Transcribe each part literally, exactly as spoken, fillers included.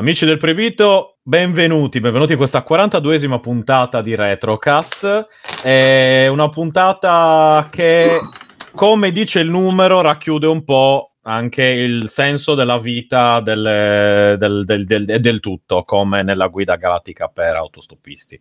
Amici del Proibito, benvenuti, benvenuti in questa quarantaduesima puntata di Retrocast. È una puntata che, come dice il numero, racchiude un po' anche il senso della vita del, del, del, del, del tutto, come nella guida galattica per autostoppisti.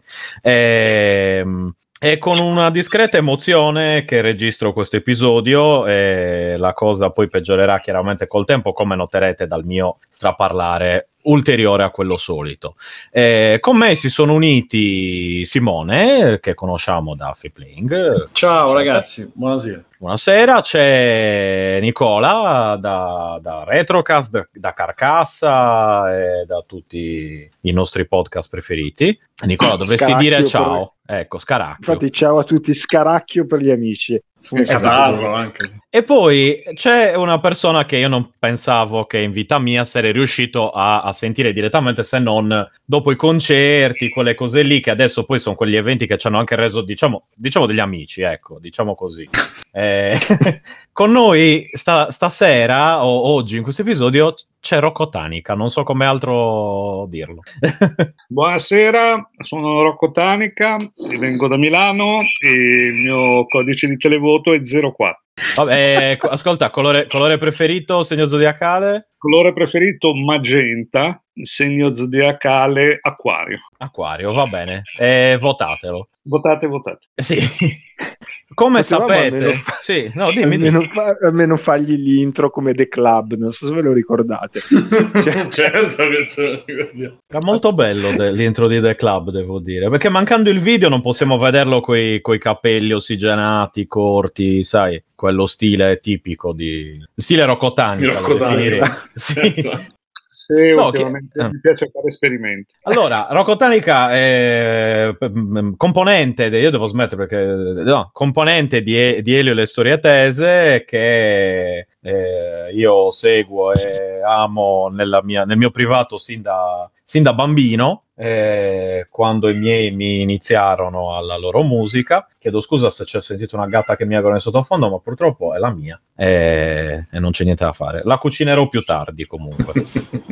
E, e con una discreta emozione che registro questo episodio, e la cosa poi peggiorerà chiaramente col tempo, come noterete dal mio straparlare ulteriore a quello solito. Eh, con me si sono uniti Simone, che conosciamo da Free Playing. Ciao Conoscete? Ragazzi, buonasera. Buonasera, c'è Nicola da, da Retrocast, da, da Carcassa e da tutti i nostri podcast preferiti. Nicola, dovresti Scaracchio dire ciao. Per... Ecco, Scaracchio. Infatti ciao a tutti, Scaracchio per gli amici. Esatto. Anche, sì. E poi c'è una persona che io non pensavo che in vita mia sarei riuscito a, a sentire direttamente, se non dopo i concerti, quelle cose lì, che adesso poi sono quegli eventi che ci hanno anche reso, diciamo, diciamo degli amici, ecco, diciamo così. Eh, con noi sta, stasera o oggi in questo episodio c'è Rocco Tanica, non so come altro dirlo. Buonasera, sono Rocco Tanica, vengo da Milano e il mio codice di televoto è zero quattro. Vabbè, ascolta, colore, colore preferito, segno zodiacale? Colore preferito magenta, segno zodiacale acquario. Acquario, va bene. Eh, votatelo. Votate, votate. Sì. Come Potevamo sapete, almeno, sì, no, dimmi, almeno, dimmi. fa, almeno fargli l'intro come The Club, non so se ve lo ricordate. Cioè... certo che ce lo ricordiamo. Era molto bello de- l'intro di The Club, devo dire, perché mancando il video non possiamo vederlo coi, coi capelli ossigenati, corti, sai, quello stile tipico di... stile Rocco Tanica, lo definirei. Sì. Sì, No, ultimamente che... mi piace fare esperimenti. Allora, Rocco Tanica è componente, de... io devo smettere perché no, componente di, di Elio e le storie tese, che eh, io seguo e amo nella mia, nel mio privato sin da, sin da bambino, eh, quando i miei mi iniziarono alla loro musica. Chiedo scusa se c'è sentito una gatta che mi agola in sottofondo, ma purtroppo è la mia e, e non c'è niente da fare. La cucinerò più tardi comunque.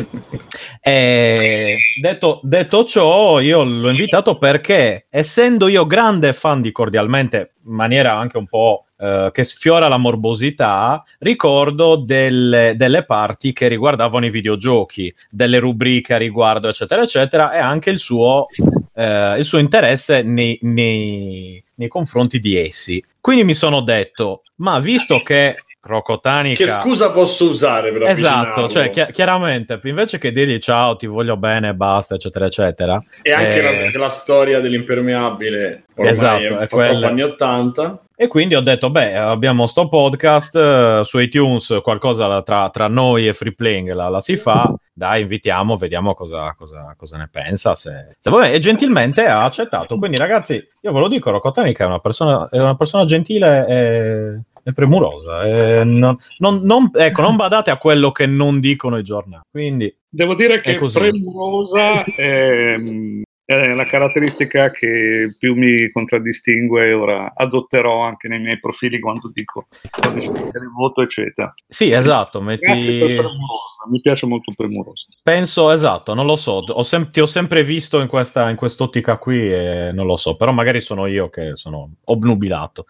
E detto, detto ciò, io l'ho invitato perché, essendo io grande fan di Cordialmente, in maniera anche un po' eh, che sfiora la morbosità, ricordo delle, delle parti che riguardavano i videogiochi, delle rubriche a riguardo, eccetera, eccetera, e anche il suo, eh, il suo interesse nei, nei, nei confronti di essi. Quindi mi sono detto, ma visto che Rocco Tanica... Che scusa posso usare per Esatto, avvicinarlo? cioè chi- chiaramente, invece che dirgli ciao, ti voglio bene, basta, eccetera, eccetera. E anche eh... la, la storia dell'impermeabile, ormai esatto, è, è fa quella... troppo anni ottanta. E quindi ho detto, beh, abbiamo sto podcast, uh, su iTunes qualcosa tra, tra noi e Free Playing la, la si fa, dai, invitiamo, vediamo cosa, cosa, cosa ne pensa. Se, se vabbè, e gentilmente ha accettato. Quindi ragazzi, io ve lo dico, Rocco Tanica è una persona, è una persona gentile e... è premurosa, e non, non, non, ecco, non badate a quello che non dicono i giornali. Quindi devo dire che è premurosa è, è la caratteristica che più mi contraddistingue e ora adotterò anche nei miei profili quando dico il voto, eccetera. Sì, esatto. Metti... Grazie per premurosa, mi piace molto premurosa. Penso, esatto, non lo so, ho sem- ti ho sempre visto in questa in quest'ottica qui e non lo so, però magari sono io che sono obnubilato.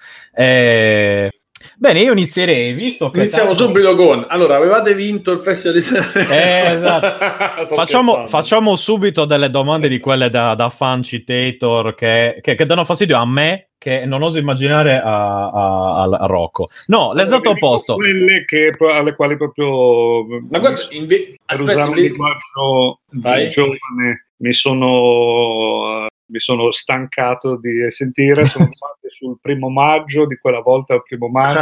E... Bene, io inizierei, visto che... Iniziamo tanto... subito con... Allora, avevate vinto il Festival di Sanremo? Eh, esatto. facciamo, facciamo subito delle domande di quelle da, da fan citator che, che, che danno fastidio a me, che non oso immaginare a, a, a Rocco. No, l'esatto opposto. Quelle che, alle quali proprio... Ma guarda, inve... per usare un linguaggio giovane, mi sono... mi sono stancato di sentire, sono fatte sul primo maggio, di quella volta il primo maggio,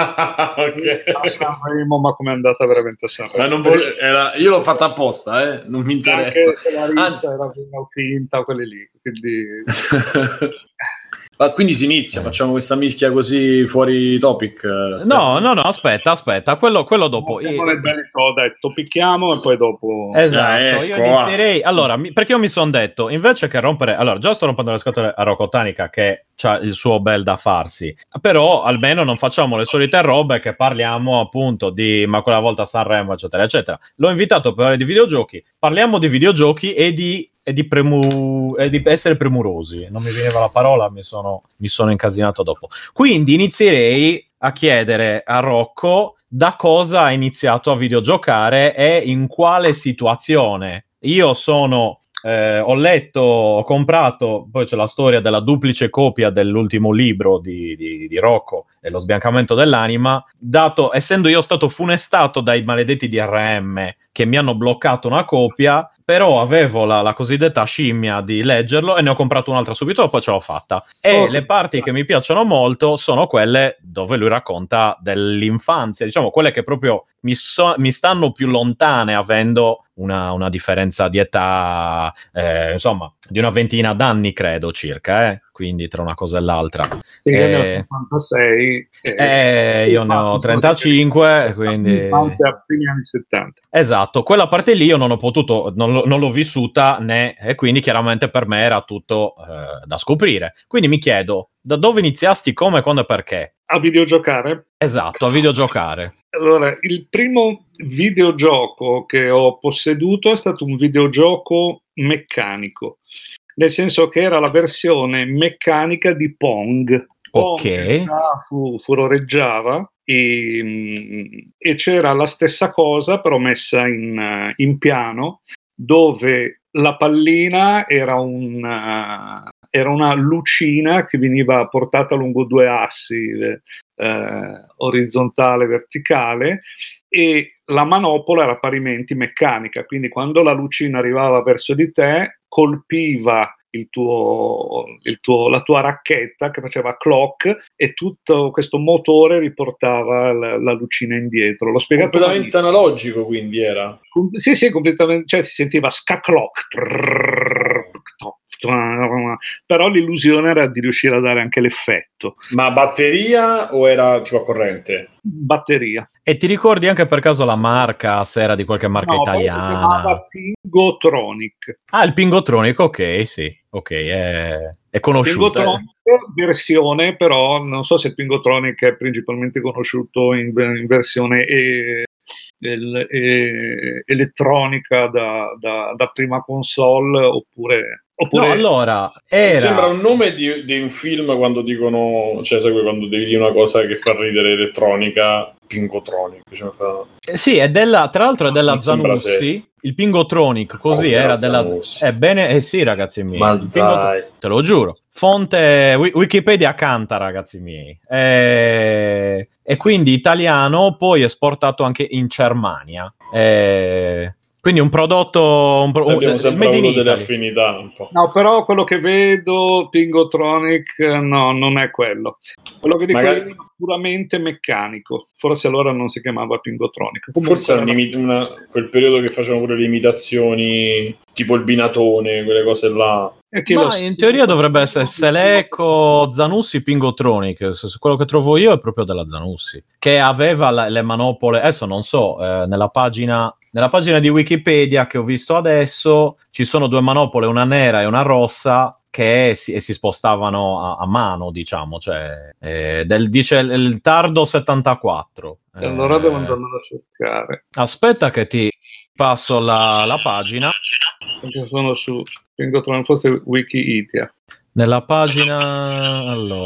okay. A Sanremo, ma come è andata veramente a Sanremo? Ma non vole... era... Io l'ho fatta apposta, eh? Non mi interessa. Anche se la lista Anzi... era finta, quelle lì, quindi... Ma quindi si inizia, facciamo questa mischia così fuori topic? Eh, no, no, no, aspetta, aspetta, quello, quello dopo. Io... Ho detto, picchiamo e poi dopo... Esatto, eh, ecco, io inizierei... Allora, mi... perché io mi sono detto, invece che rompere... Allora, già sto rompendo le scatole a Rocco Tanica, che c'ha il suo bel da farsi, però almeno non facciamo le solite robe che parliamo appunto di ma quella volta Sanremo, eccetera, eccetera. L'ho invitato per parlare di videogiochi, parliamo di videogiochi e di... E di, premu- e di essere premurosi, non mi veniva la parola, mi sono, mi sono incasinato dopo. Quindi inizierei a chiedere a Rocco da cosa ha iniziato a videogiocare e in quale situazione. Io sono eh, ho letto, ho comprato, poi c'è la storia della duplice copia dell'ultimo libro di, di, di Rocco e lo sbiancamento dell'anima, dato, essendo io stato funestato dai maledetti D R M che mi hanno bloccato una copia, però avevo la, la cosiddetta scimmia di leggerlo e ne ho comprato un'altra subito e poi ce l'ho fatta. E oh, le parti che mi piacciono molto sono quelle dove lui racconta dell'infanzia, diciamo quelle che proprio mi, so, mi stanno più lontane, avendo una, una differenza di età, eh, insomma, di una ventina d'anni credo circa, eh? Quindi tra una cosa e l'altra. Sì, eh, io ne ho cinquantasei. Eh, io ne ho trentacinque, quindi... Infanzia, primi anni settanta. Esatto, quella parte lì io non ho potuto, non, lo, non l'ho vissuta né, e quindi chiaramente per me era tutto eh, da scoprire. Quindi mi chiedo, da dove iniziasti, come, quando e perché? A videogiocare? Esatto, a videogiocare. Allora, il primo videogioco che ho posseduto è stato un videogioco meccanico, nel senso che era la versione meccanica di Pong. Ok. Pong fu, furoreggiava e, e c'era la stessa cosa però messa in, in piano, dove la pallina era un... era una lucina che veniva portata lungo due assi, eh, orizzontale e verticale, e la manopola era parimenti meccanica, quindi quando la lucina arrivava verso di te colpiva il tuo, il tuo, la tua racchetta che faceva clock e tutto questo motore riportava la, la lucina indietro. L'ho spiegato completamente analogico, quindi era? Com- sì, sì, completamente, cioè si sentiva scaclock. Però l'illusione era di riuscire a dare anche l'effetto. Ma batteria o era tipo a corrente? Batteria. E ti ricordi anche per caso la marca, se era di qualche marca no, italiana? Si chiamava Pingotronic. Ah, il Pingotronic, ok, sì, ok, è, è conosciuto. Pingotronic versione, però non so se il Pingotronic è principalmente conosciuto in, in versione e, el, e, elettronica da, da, da prima console oppure... Oppure... No, allora, era... sembra un nome di, di un film quando dicono, cioè segue quando devi dire una cosa che fa ridere elettronica, Pingotronic. Cioè fa... eh, sì, è della, tra l'altro è della Zanussi, il Pingotronic, così oh, era della... Ebbene, eh sì ragazzi miei, ma Pingot... te lo giuro. Fonte Wikipedia canta, ragazzi miei. E, e quindi italiano, poi esportato anche in Germania. E... Quindi un prodotto un pro- abbiamo sempre made in avuto delle Italy. affinità un po'. No, però quello che vedo Pingotronic no, non è quello. Quello che dico Magari... è puramente meccanico. Forse allora non si chiamava Pingotronic. Comunque forse era una, una, quel periodo che facevano pure le imitazioni, tipo il binatone, quelle cose là. Ma in teoria dovrebbe essere Seleco, Zanussi, Pingotronic. Quello che trovo io è proprio della Zanussi, che aveva la, le manopole. Adesso non so, eh, nella pagina nella pagina di Wikipedia che ho visto adesso ci sono due manopole, una nera e una rossa, che si, e si spostavano a, a mano, diciamo, cioè eh, del, dice il, il tardo settantaquattro. E allora devo andarmelo a cercare. Aspetta che ti passo la, la pagina. Perché sono su Pingotronic, forse Wikipedia. Nella pagina, allora,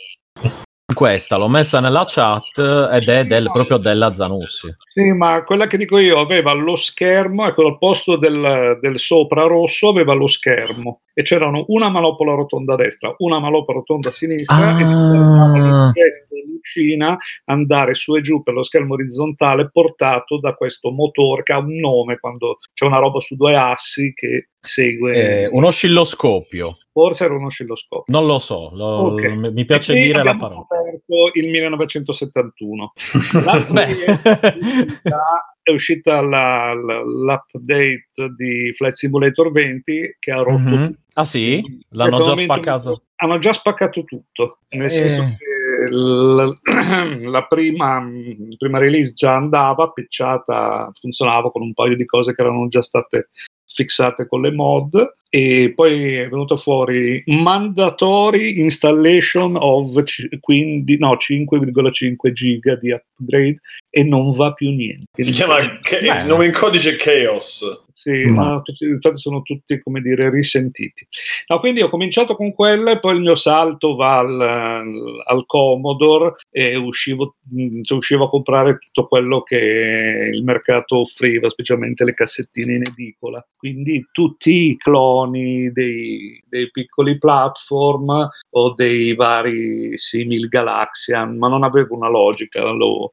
questa l'ho messa nella chat ed è del, proprio della Zanussi. Sì, ma quella che dico io aveva lo schermo, ecco, al posto del, del sopra rosso aveva lo schermo e c'erano una manopola rotonda a destra, una manopola rotonda a sinistra ah. e si poteva lucina andare su e giù per lo schermo orizzontale portato da questo motore che ha un nome quando c'è una roba su due assi che segue eh, un oscilloscopio. Forse era un oscilloscopio. Non lo so, lo, okay. mi piace dire la parola. Il millenovecentosettantuno. La è uscita la, la, l'update di Flight Simulator venti che ha rotto mm-hmm. tutto. Ah sì? L'hanno già spaccato? Hanno già spaccato tutto, nel eh... senso che la, la prima, prima release già andava, patchata, funzionava con un paio di cose che erano già state fissate con le mod, e poi è venuto fuori mandatory installation of quindi, no, cinque virgola cinque giga di upgrade, e non va più niente. Si chiama che, il nome in codice è Chaos. Sì, no. Ma tutti, infatti sono tutti, come dire, risentiti. No, quindi ho cominciato con quella e poi il mio salto va al, al Commodore, e uscivo, cioè uscivo a comprare tutto quello che il mercato offriva, specialmente le cassettine in edicola. Quindi tutti i cloni dei, dei piccoli platform o dei vari simil Galaxian, ma non avevo una logica, lo,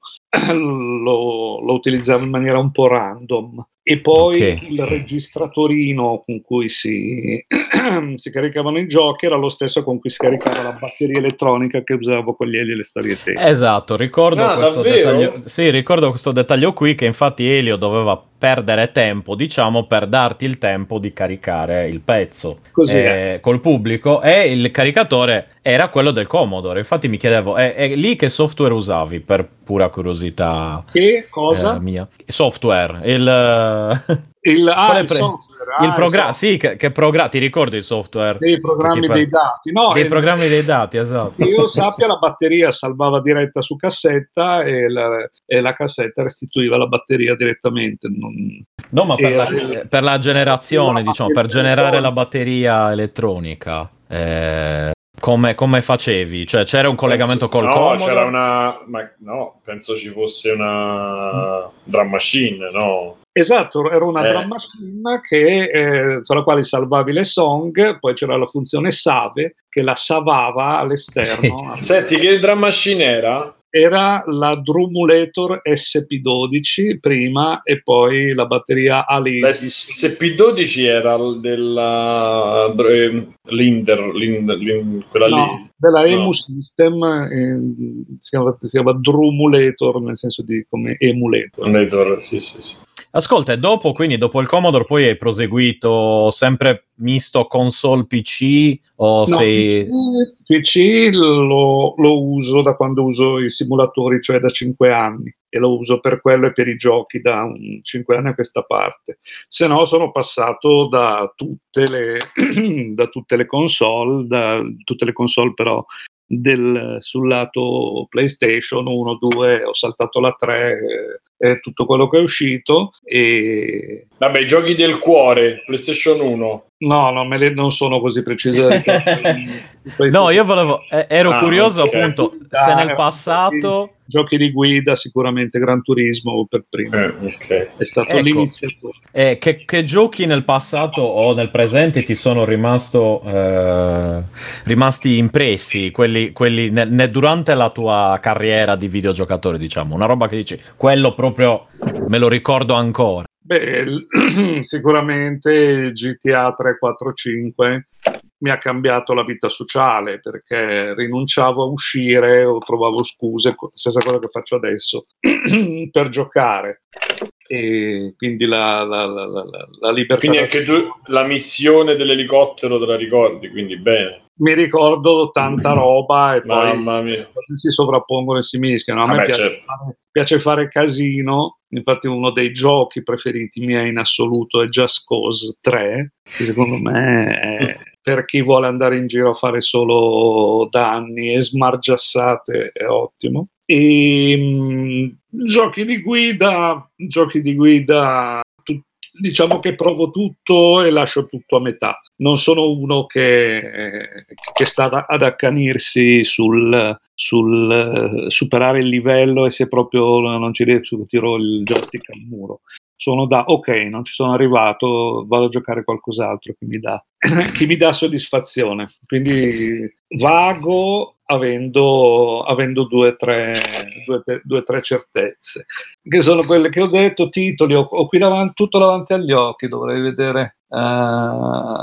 lo, lo utilizzavo in maniera un po' random. E poi okay. il registratorino con cui si, si caricavano i giochi era lo stesso con cui si caricava la batteria elettronica che usavo con gli Elio e le storie tese. Esatto, ricordo ah, questo davvero? dettaglio. Sì, ricordo questo dettaglio qui, che infatti Elio doveva perdere tempo, diciamo, per darti il tempo di caricare il pezzo Così eh, col pubblico, e il caricatore era quello del Commodore. Infatti mi chiedevo, è, è lì che software usavi, per pura curiosità? Che cosa? Eh, mia. Software, il... il ah, il pre- software. Il ah, programma, il sì, che, che programma, ti ricordi il software? Dei programmi per... dei dati, no? Dei eh, programmi dei dati, esatto. Che io sappia, la batteria salvava diretta su cassetta e la, e la cassetta restituiva la batteria direttamente. Non... No, ma per la, il... per la generazione, diciamo, per generare la batteria elettronica, eh, come, come facevi? Cioè, c'era un collegamento penso, col no, Commodore? c'era una... Ma, no, penso ci fosse una drum machine, no? Esatto, era una eh. drum machine che, eh, sulla quale salvavi le song, poi c'era la funzione save che la savava all'esterno. Sì. Senti, che drum machine era? Era la Drumulator S P dodici prima, e poi la batteria Alesis. S P dodici era della Linder, Linder, Linder quella no, lì. Della Emu no. System, eh, si, chiama, si chiama Drumulator, nel senso di come emulator. Emulator, sì, sì, sì. Ascolta, e dopo, quindi dopo il Commodore poi hai proseguito sempre misto console P C o no, sei... P C lo, lo uso da quando uso i simulatori, cioè da cinque anni, e lo uso per quello e per i giochi da un cinque anni a questa parte. Se no sono passato da tutte le da tutte le console, da tutte le console però del, sul lato PlayStation uno, due, ho saltato la tre, eh, tutto quello che è uscito. E vabbè, i giochi del cuore, PlayStation uno. No, no, me le, non sono così precise. No, io volevo, eh, ero ah, curioso okay. appunto se nel passato... Giochi di guida, sicuramente Gran Turismo per primo. Eh, okay. È stato ecco. l'iniziatore. Eh, che, che giochi nel passato o nel presente ti sono rimasto eh, rimasti impressi, quelli, quelli ne, ne durante la tua carriera di videogiocatore, diciamo, una roba che dici, quello proprio me lo ricordo ancora? Beh, sicuramente G T A tre, quattro, cinque mi ha cambiato la vita sociale, perché rinunciavo a uscire o trovavo scuse, stessa cosa che faccio adesso, per giocare. E quindi la, la, la, la, la libertà. Quindi anche tu la missione dell'elicottero te la ricordi, quindi bene. Mi ricordo tanta roba e Mamma poi mia. si sovrappongono e si mischiano. A Vabbè, me piace, certo. fare, piace fare casino, infatti uno dei giochi preferiti miei in assoluto è Just Cause tre, che secondo me è, per chi vuole andare in giro a fare solo danni e smargiassate, è ottimo. E mh, giochi di guida, giochi di guida, tu, diciamo che provo tutto e lascio tutto a metà. Non sono uno che, che sta ad accanirsi sul, sul superare il livello, e se proprio non ci riesco tiro il joystick al muro. Sono da ok, non ci sono arrivato, vado a giocare qualcos'altro che mi dà, che mi dà soddisfazione. Quindi vago avendo, avendo due tre, due, due, tre certezze, che sono quelle che ho detto, titoli, ho, ho qui davanti, tutto davanti agli occhi, dovrei vedere.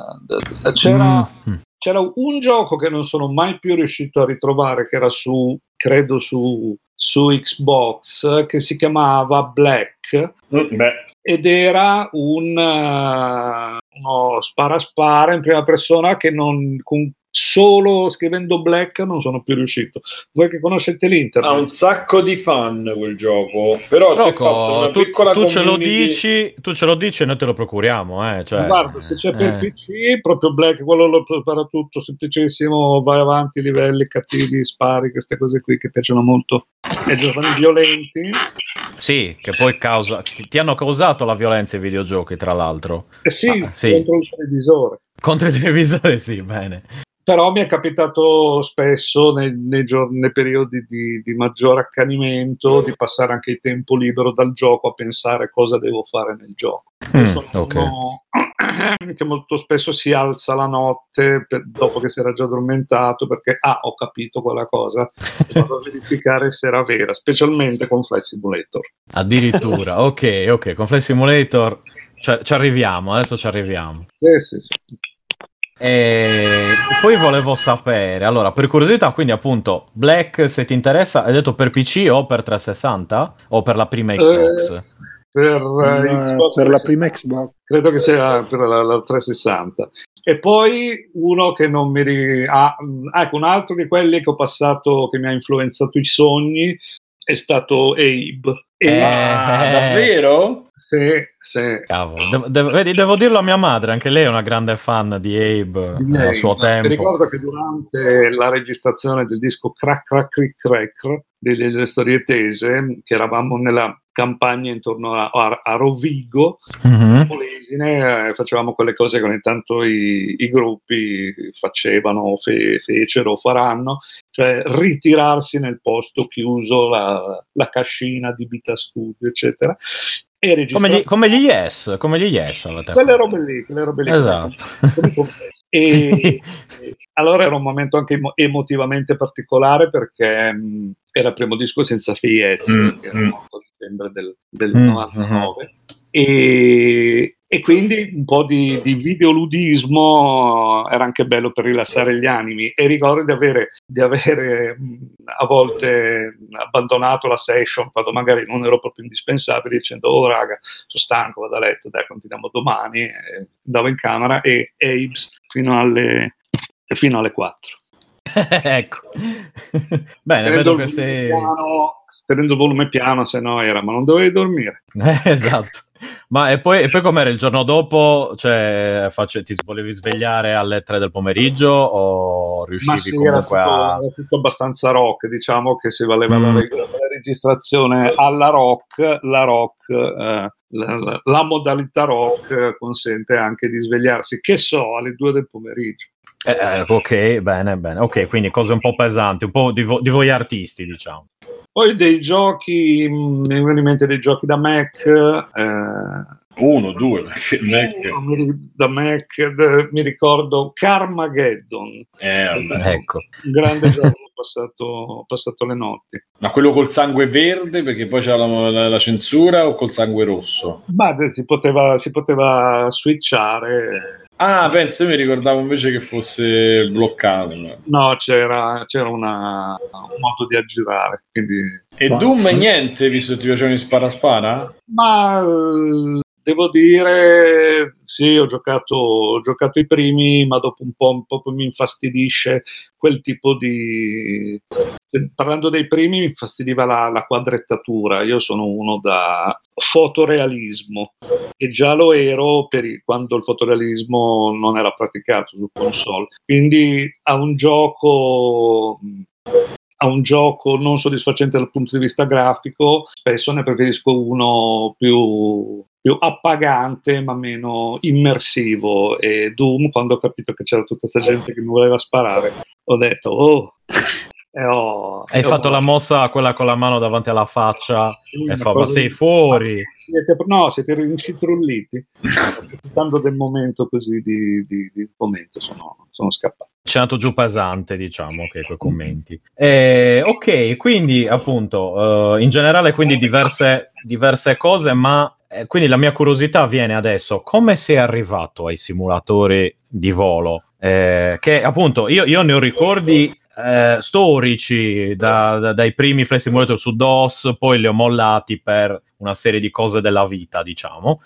Uh, c'era, mm. c'era un gioco che non sono mai più riuscito a ritrovare, che era su credo su, su Xbox, che si chiamava Black. Mm, beh. Ed era un uh, uno spara-spara in prima persona che non, con, solo scrivendo Black non sono più riuscito. Voi che conoscete l'internet? Ha un sacco di fan quel gioco, però si è fatto una tu, piccola tu ce lo community. dici, tu ce lo dici e noi te lo procuriamo, eh? Cioè, guarda, se c'è per eh. P C, proprio Black, quello lo prepara tutto, semplicissimo, vai avanti, livelli cattivi, spari, queste cose qui che piacciono molto ai giovani violenti. Sì, che poi causa, ti hanno causato la violenza i videogiochi, tra l'altro. Eh sì, ah, sì. contro il televisore. Contro il televisore, sì, bene. Però mi è capitato spesso nei, nei, giorni, nei periodi di, di maggiore accanimento di passare anche il tempo libero dal gioco a pensare cosa devo fare nel gioco. Mm, sono okay. uno che molto spesso si alza la notte per, dopo che si era già addormentato perché ah, ho capito quella cosa e vado a verificare se era vera, specialmente con Flight Simulator. Addirittura, ok, ok, con Flight Simulator cioè, ci arriviamo, adesso ci arriviamo. Sì, sì, sì. E poi volevo sapere, allora, per curiosità, quindi appunto, Black, se ti interessa, hai detto per P C o per trecentosessanta? O per la prima Xbox? Eh, per, uh, Xbox per la prima Xbox. Credo che sia per la, la trecentosessanta. E poi uno che non mi... Ri... Ah, ecco, un altro di quelli che ho passato, che mi ha influenzato i sogni, è stato Abe. Eh, ah, davvero? Sì, sì. Cavolo, devo, devo, vedi, devo dirlo a mia madre, anche lei è una grande fan di Abe, Di al Abe. suo tempo. Mi ricordo che durante la registrazione del disco Crack Crack Crick Crack delle storie tese, che eravamo nella campagna intorno a, a, a Rovigo, mm-hmm. Polesine, eh, facevamo quelle cose che ogni tanto i, i gruppi facevano, fe, fecero, faranno, cioè ritirarsi nel posto chiuso, la, la cascina di Bita Studio, eccetera. E come, gli, come gli Yes, come gli Yes avete quelle fatto. robe lì, quelle robe lì. Esatto. E, sì. e allora era un momento anche emo- emotivamente particolare perché mh, era il primo disco senza Feyez, mm, che era mm. morto a dicembre del, del mm, novantanove. Mm-hmm. E, e quindi un po' di, di videoludismo era anche bello per rilassare gli animi, e ricordo di avere, di avere a volte abbandonato la session quando magari non ero proprio indispensabile, dicendo oh raga, sono stanco, vado a letto, dai, continuiamo domani. E andavo in camera e Abes fino alle, fino alle quattro. Ecco. Bene, tenendo vedo che il sei piano, tenendo il volume piano, se no era, ma non dovevi dormire. Esatto. Ma e poi, e poi com'era il giorno dopo? Cioè, face, ti volevi svegliare alle tre del pomeriggio o riuscivi Ma sì, comunque era tutto, a... era tutto abbastanza rock, diciamo che si valeva Mm. la, la registrazione alla rock, la rock, eh, la, la, la modalità rock consente anche di svegliarsi, che so, alle due del pomeriggio. Eh, eh, ok, bene, bene. Ok, quindi cose un po' pesanti, un po' di, vo- di voi artisti, diciamo. Poi dei giochi, mi vengono in mente dei giochi da Mac, eh, uno, due, perché Mac. mi, da Mac, de, mi ricordo Carmageddon, Eh, vabbè. Ecco. un grande gioco, ho passato, passato le notti. Ma quello col sangue verde, perché poi c'era la, la, la censura, o col sangue rosso? Ma si poteva, si poteva switchare. Ah, penso, io mi ricordavo invece che fosse bloccato. No, c'era, c'era una, un modo di aggirare. Quindi... E Doom niente, visto che ti piacevano i spara-spara? Ma eh, devo dire, sì, ho giocato, ho giocato i primi, ma dopo un po', un po' mi infastidisce quel tipo di... Parlando dei primi, mi infastidiva la, la quadrettatura. Io sono uno da fotorealismo e già lo ero per il, quando il fotorealismo non era praticato su console. Quindi a un gioco a un gioco non soddisfacente dal punto di vista grafico, spesso ne preferisco uno più più appagante ma meno immersivo. E Doom, quando ho capito che c'era tutta questa gente che mi voleva sparare, ho detto oh. E ho, Hai e fatto ho... la mossa quella con la mano davanti alla faccia sì, e fa, ma sei di... fuori. Siete, no, siete rincitrulliti. Aspettando del momento così di, di, di momento sono, sono scappato. C'è andato giù pesante, diciamo, che quei commenti. Eh, ok, quindi appunto, uh, in generale quindi diverse, diverse cose, ma eh, quindi la mia curiosità viene adesso, come sei arrivato ai simulatori di volo? Eh, che appunto io, io ne ho ricordi eh, storici da, da, dai primi Flight Simulator su DOS, poi li ho mollati per una serie di cose della vita, diciamo.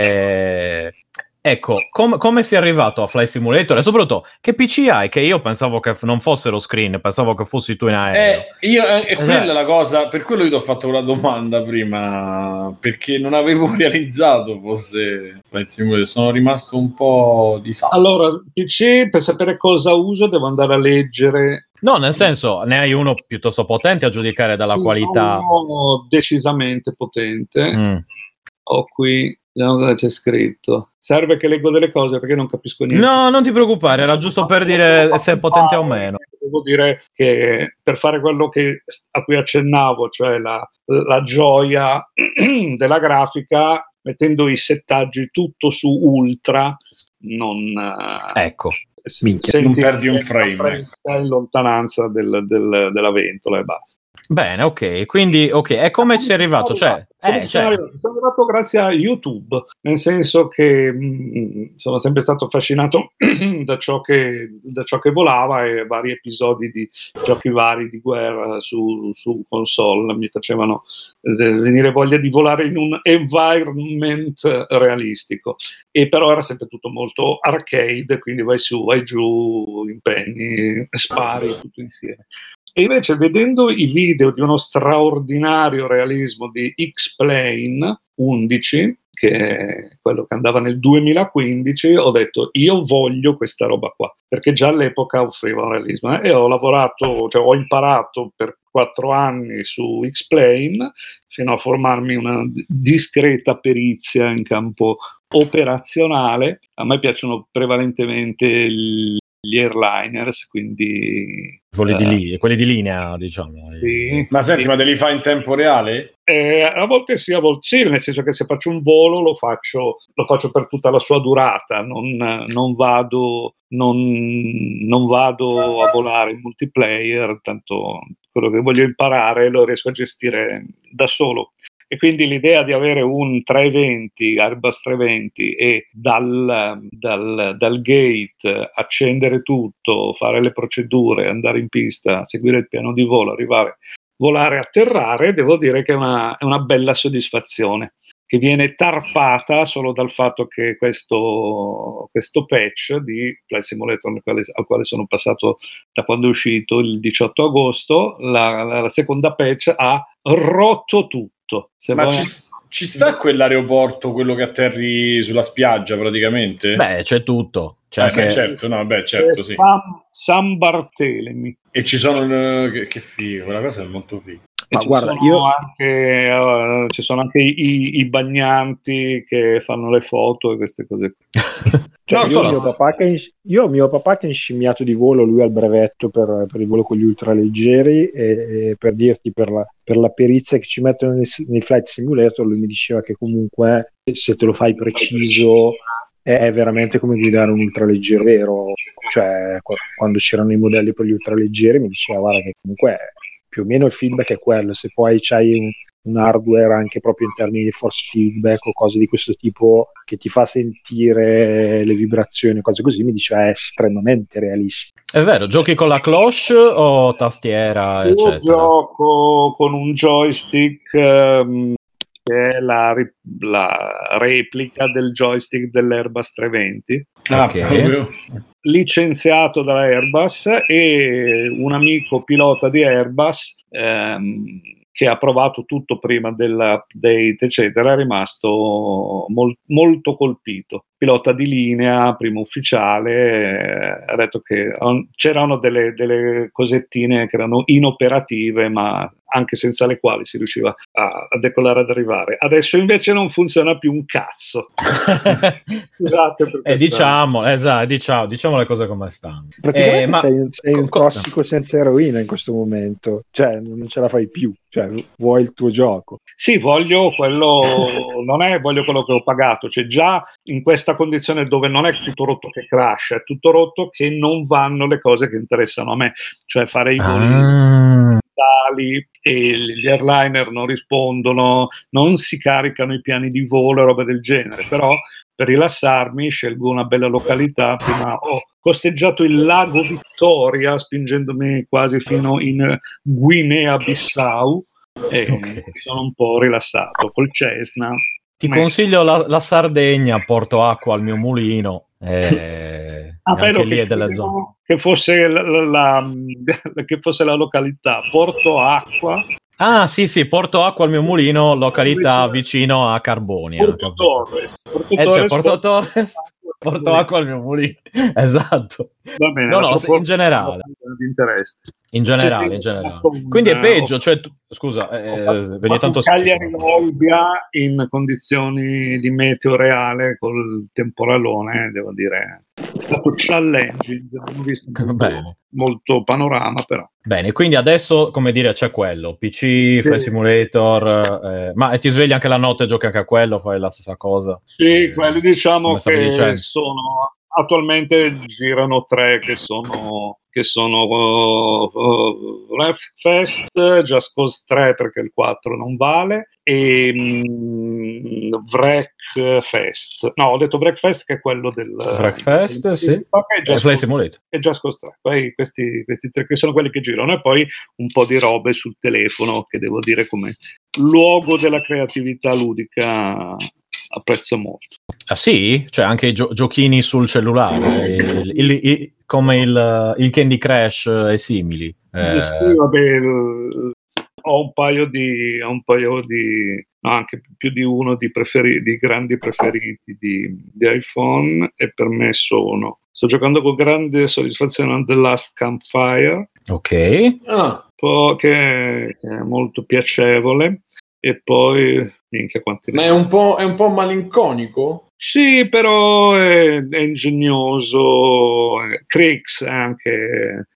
E... ecco, com- come sei arrivato a Flight Simulator? E soprattutto, che P C hai? Che io pensavo che f- non fossero screen, pensavo che fossi tu in aereo. Eh, io, eh, e quella è la cosa, per quello io ti ho fatto una domanda prima, perché non avevo realizzato fosse Flight Simulator, sono rimasto un po' disatto. Allora, P C, per sapere cosa uso, devo andare a leggere. No, nel senso, ne hai uno piuttosto potente a giudicare dalla sì, qualità. No, decisamente potente. Mm. Ho qui, vediamo cosa c'è scritto. Serve che leggo delle cose perché non capisco niente. No, non ti preoccupare, era giusto per dire se è potente o meno. Devo dire che per fare quello che, a cui accennavo, cioè la, la gioia della grafica, mettendo i settaggi tutto su ultra, non... Ecco. Senti, non perdi un frame. È in lontananza del, del, della ventola e basta. Bene, ok, quindi ok, e come ci è arrivato? Cioè, eh, sono, cioè... arrivato, sono arrivato grazie a YouTube, nel senso che mh, sono sempre stato affascinato da ciò che, da ciò che volava, e vari episodi di giochi vari di guerra su, su console mi facevano eh, venire voglia di volare in un environment realistico, e però era sempre tutto molto arcade, quindi vai su, vai giù, impegni, spari, tutto insieme. E invece, vedendo i video di uno straordinario realismo di X-Plane undici, che è quello che andava nel duemilaquindici, ho detto io voglio questa roba qua, perché già all'epoca offriva un realismo, eh? E ho lavorato, cioè ho imparato per quattro anni su X-Plane fino a formarmi una discreta perizia in campo operazionale. A me piacciono prevalentemente il gli airliners, quindi quelli, uh, di lì, quelli di linea, diciamo. Sì, ma senti, sì. ma te li fai in tempo reale? Eh, a volte sì, a volte sì, nel senso che se faccio un volo lo faccio, lo faccio per tutta la sua durata, non, non, vado, non, non vado a volare in multiplayer, tanto quello che voglio imparare lo riesco a gestire da solo. E quindi l'idea di avere un trecentoventi, Airbus trecentoventi, e dal, dal, dal gate accendere tutto, fare le procedure, andare in pista, seguire il piano di volo, arrivare, volare, atterrare, devo dire che è una, è una bella soddisfazione, che viene tarpata solo dal fatto che questo, questo patch di Flight Simulator al quale, al quale sono passato da quando è uscito il diciotto agosto, la, la seconda patch ha rotto tutto. Se Ma vuoi... ci, ci sta quell'aeroporto, quello che atterri sulla spiaggia praticamente? Beh, c'è tutto. C'è eh, anche... beh, certo, no, beh, certo, sì. San, San Bartolomeo. E ci sono uh, che, che figo, quella cosa è molto figo. Ma ci guarda, sono io anche uh, ci sono anche i, i bagnanti che fanno le foto e queste cose. Cioè, no, io, no, mio papà che è, io ho mio papà che è inscimmiato di volo, lui ha il brevetto per, per il volo con gli ultraleggeri, e, e per dirti, per la, per la perizia che ci mettono nei, nei Flight Simulator, lui mi diceva che comunque se te lo fai preciso è, è veramente come guidare un ultraleggero vero. Cioè, quando c'erano i modelli per gli ultraleggeri mi diceva guarda che comunque più o meno il feedback è quello, se poi c'hai un un hardware anche proprio in termini di force feedback o cose di questo tipo che ti fa sentire le vibrazioni, cose così, mi dice è estremamente realistico. È vero, giochi con la cloche o tastiera, Io eccetera? gioco con un joystick um, che è la, la replica del joystick dell'Airbus trecentoventi. Ah, okay. Licenziato da Airbus, e un amico pilota di Airbus um, che ha provato tutto prima dell'update, eccetera, è rimasto mol- molto colpito. Pilota di linea, primo ufficiale, eh, ha detto che on- c'erano delle, delle cosettine che erano inoperative, ma anche senza le quali si riusciva a, a decollare, ad arrivare. Adesso invece non funziona più un cazzo. Scusate per eh, diciamo, esatto, diciamo, diciamo le cose come stanno. Praticamente eh, ma sei, un, sei un co- tossico senza eroina in questo momento, cioè non ce la fai più, cioè vuoi il tuo gioco. Sì, voglio quello, non è voglio quello che ho pagato, cioè già in questa condizione dove non è tutto rotto che crash, è tutto rotto che non vanno le cose che interessano a me, cioè fare i voli, ah. orbitali e gli airliner non rispondono, non si caricano i piani di volo e roba del genere, però per rilassarmi scelgo una bella località. Prima ho costeggiato il lago Vittoria spingendomi quasi fino in Guinea-Bissau e Okay. mi sono un po' rilassato col Cessna. Ti Messo. consiglio la, la Sardegna, porto acqua al mio mulino. Eh, Ah, e anche bello, lì che, è delle zone. che fosse la, la- la- che fosse la località Porto Acqua. Ah, sì, sì, porto acqua al mio mulino, località Invece- vicino a Carbonia. Porto capito? Torres. Porto Eh, Torres, cioè, Porto Porto- Torres, porto acqua al mio mulino. Esatto. Va bene, No, la no, proporrò in generale. di interesse. In generale, Sì, in sì, generale. con- Quindi è peggio, ho- cioè, tu- scusa, ho eh, fatto- ogni ho fatto tanto un ci Cagliari sono- Olbia in condizioni di meteo reale col temporalone, devo dire. È stato challenging, non ho visto molto, Bene. molto panorama, però. Bene, quindi adesso, come dire, c'è quello, P C, Flight Simulator, eh, ma e ti svegli anche la notte, giochi anche a quello, fai la stessa cosa? Sì, Eh, quelli diciamo come stavi che dicendo. sono attualmente girano tre che sono che sono uh, uh, Wreckfest, Just Cause tre perché il quattro non vale e um, Wreckfest. No, ho detto Wreckfest che è quello del Wreckfest, del, sì. del, okay, Eh, Just Flight Cause, Simulator. e Just Cause tre. Poi questi, questi tre che sono quelli che girano e poi un po' di robe sul telefono che devo dire come luogo della creatività ludica apprezzo molto. Ah sì? Cioè anche i gio- giochini sul cellulare, il- il- il- come il, il Candy Crush e simili. Eh, Sì, vabbè, il- ho un paio di ho un paio di no, anche più di uno di, preferi- di grandi preferiti di, di iPhone e per me sono sto giocando con grande soddisfazione a The Last Campfire, ok. Ah, po- che, che è molto piacevole, e poi minchia quanti ma è un po', è un po' malinconico? sì, però è, è ingegnoso, eh, Crix anche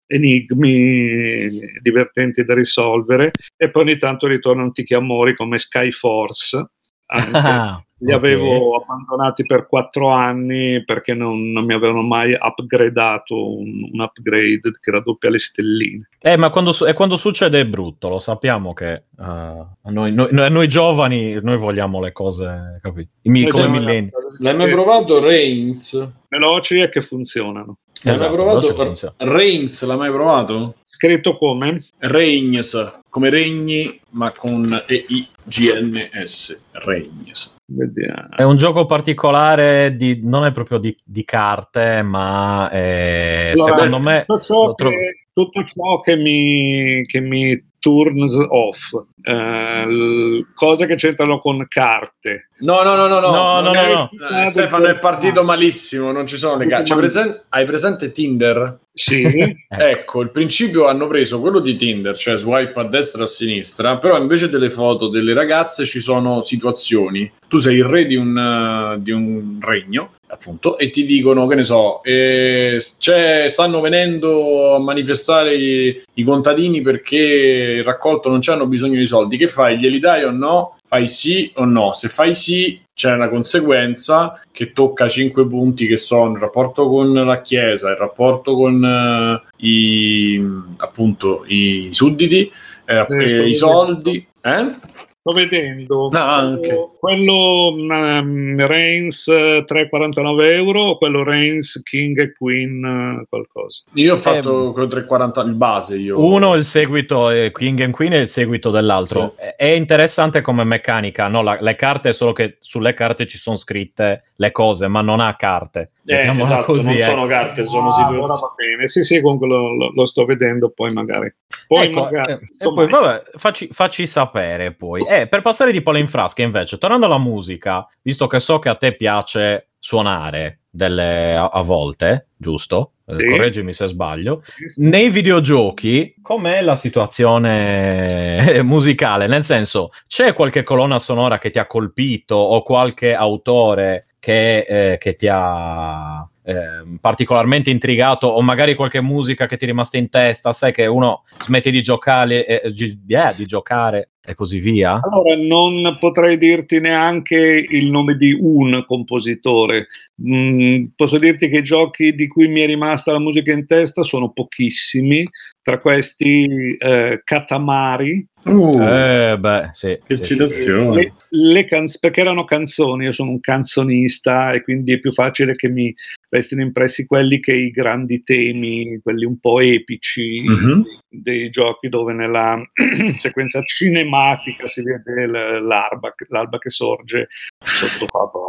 enigmi divertenti da risolvere, e poi ogni tanto ritornano antichi amori come Skyforce, anche. Ah, Li ok. avevo abbandonati per quattro anni perché non, non mi avevano mai upgradato un, un upgrade che raddoppia le stelline. Eh, ma quando, su- e quando succede è brutto, lo sappiamo che uh, a noi, noi, noi- noi giovani, noi vogliamo le cose, capito? I mi- come Esatto. millenni. L'hai mai provato Reigns? Veloci e che funzionano. L'hai Esatto, mai veloce provato? funziona. Reigns, l'hai mai provato? Scritto come? Reigns, come regni, ma con E I G N S. Reigns. Vediamo. È un gioco particolare, di, non è proprio di, di carte, ma è, Allora, secondo me... tutto ciò, lo trovo- che, tutto ciò che mi, che mi turns off, eh, l- cose che c'entrano con carte. No, no, no, no, no, No, non no, è- no, Eh, Stefano è partito malissimo, non ci sono le carte. C'è presen- Hai presente Tinder? Sì, Ecco, il principio hanno preso quello di Tinder, cioè swipe a destra e a sinistra, però invece delle foto delle ragazze ci sono situazioni. Tu sei il re di un, uh, di un regno, appunto, e ti dicono, che ne so, eh, c'è, stanno venendo a manifestare i, i contadini perché il raccolto non c'hanno bisogno di soldi. Che fai? Glieli dai o no? Fai sì o no? Se fai sì, c'è una conseguenza che tocca cinque punti, che sono il rapporto con la Chiesa, il rapporto con uh, i, appunto, i sudditi, eh, eh, i soldi. Eh? sto vedendo No, anche. quello um, Reigns eh, tre virgola quarantanove euro o quello Reigns King e Queen eh, qualcosa. Io ho fatto quello tre virgola quaranta il base. Io. Uno il seguito, eh, King and Queen è il seguito dell'altro. Sì. È, è interessante come meccanica, no? La- le carte è solo che sulle carte ci sono scritte le cose, ma non ha carte. Eh, Mettiamola esatto, così, non eh. sono carte, sono Ah, situazioni. allora va bene, sì sì, comunque lo, lo, lo sto vedendo, poi magari poi Ecco, magari eh, e poi vabbè, facci, facci sapere poi. Eh, per passare di palla in frasca invece, tornando alla musica, visto che so che a te piace suonare delle a, a volte, giusto? Eh, Sì. correggimi se sbaglio. Nei videogiochi, com'è la situazione musicale? Nel senso, c'è qualche colonna sonora che ti ha colpito o qualche autore che, eh, che ti ha eh, particolarmente intrigato, o magari qualche musica che ti è rimasta in testa, sai che uno smette di giocare, eh, gi- yeah, di giocare e così via? Allora, non potrei dirti neanche il nome di un compositore. Mm, posso dirti che i giochi di cui mi è rimasta la musica in testa sono pochissimi, tra questi eh, Katamari. Uh, Eh, beh, sì, che sì, citazione. Le, le canz- perché erano canzoni, io sono un canzonista e quindi è più facile che mi restino impressi quelli che i grandi temi, quelli un po' epici Mhm. dei giochi, dove nella sequenza cinematica si vede l- l'alba, l'alba che sorge sotto